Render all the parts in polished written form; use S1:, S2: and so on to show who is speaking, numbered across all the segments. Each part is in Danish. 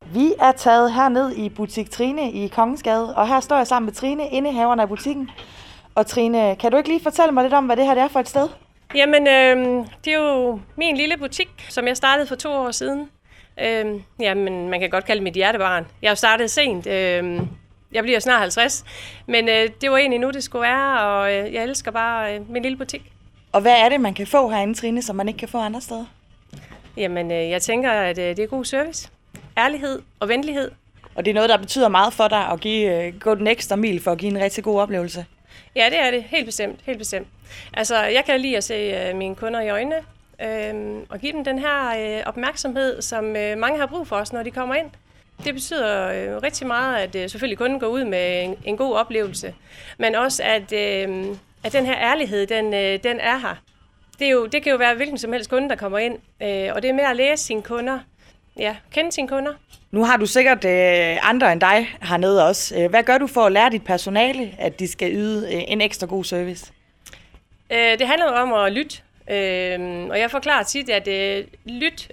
S1: Vi er taget herned i Butik Trine i Kongensgade, og her står jeg sammen med Trine, indehaveren af butikken. Og Trine, kan du ikke lige fortælle mig lidt om, hvad det her er for et sted?
S2: Jamen, det er jo min lille butik, som jeg startede for 2 år siden. Jamen, man kan godt kalde det mit hjertebarn. Jeg har startet sent. Jeg bliver snart 50, men det var egentlig nu, det skulle være, og jeg elsker bare min lille butik.
S1: Og hvad er det, man kan få herinde, Trine, som man ikke kan få andre steder?
S2: Jamen, jeg tænker, at det er god service, ærlighed og venlighed.
S1: Og det er noget, der betyder meget for dig at gå den ekstra mil for at give en rigtig god oplevelse?
S2: Ja, det er det. Helt bestemt. Helt bestemt. Altså, jeg kan lide at se mine kunder i øjnene og give dem den her opmærksomhed, som mange har brug for os, når de kommer ind. Det betyder rigtig meget, at selvfølgelig kunden går ud med en god oplevelse, men også, at den her ærlighed, den er her. Det kan jo være hvilken som helst kunde, der kommer ind, og det er med at læse sine kunder, kende sine kunder.
S1: Nu har du sikkert andre end dig hernede også. Hvad gør du for at lære dit personale, at de skal yde en ekstra god service?
S2: Det handler om at lytte, og jeg forklarer tit, at lyt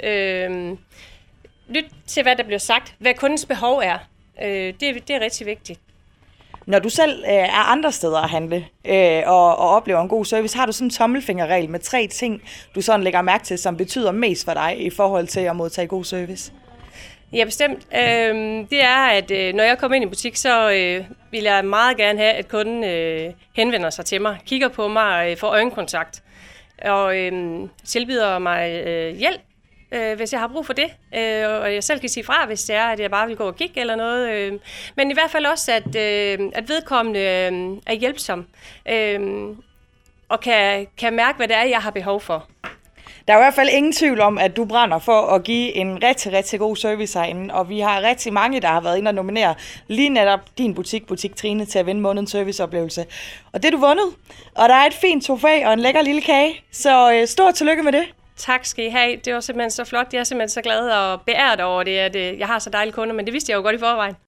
S2: til, hvad der bliver sagt, hvad kundens behov er. Det er rigtig vigtigt.
S1: Når du selv er andre steder at handle og oplever en god service, har du sådan en tommelfingerregel med 3 ting, du sådan lægger mærke til, som betyder mest for dig i forhold til at modtage god service?
S2: Ja, bestemt. Det er, at når jeg kommer ind i butik, så vil jeg meget gerne have, at kunden henvender sig til mig, kigger på mig, får øjenkontakt og tilbyder mig hjælp, hvis jeg har brug for det. Og jeg selv kan sige fra, hvis det er, at jeg bare vil gå og kigge eller noget. Men i hvert fald også, at vedkommende er hjælpsom og kan mærke, hvad det er, jeg har behov for.
S1: Der er i hvert fald ingen tvivl om, at du brænder for at give en rigtig, rigtig god service herinde, og vi har rigtig mange, der har været inde og nominere lige netop din Butik Trine til at vinde månedens serviceoplevelse. Og det er du vundet, og der er et fint trofæ og en lækker lille kage, så stort tillykke med det.
S2: Tak skal I have. Det var simpelthen så flot. Jeg er simpelthen så glad og beæret over det, at jeg har så dejlige kunder, men det vidste jeg jo godt i forvejen.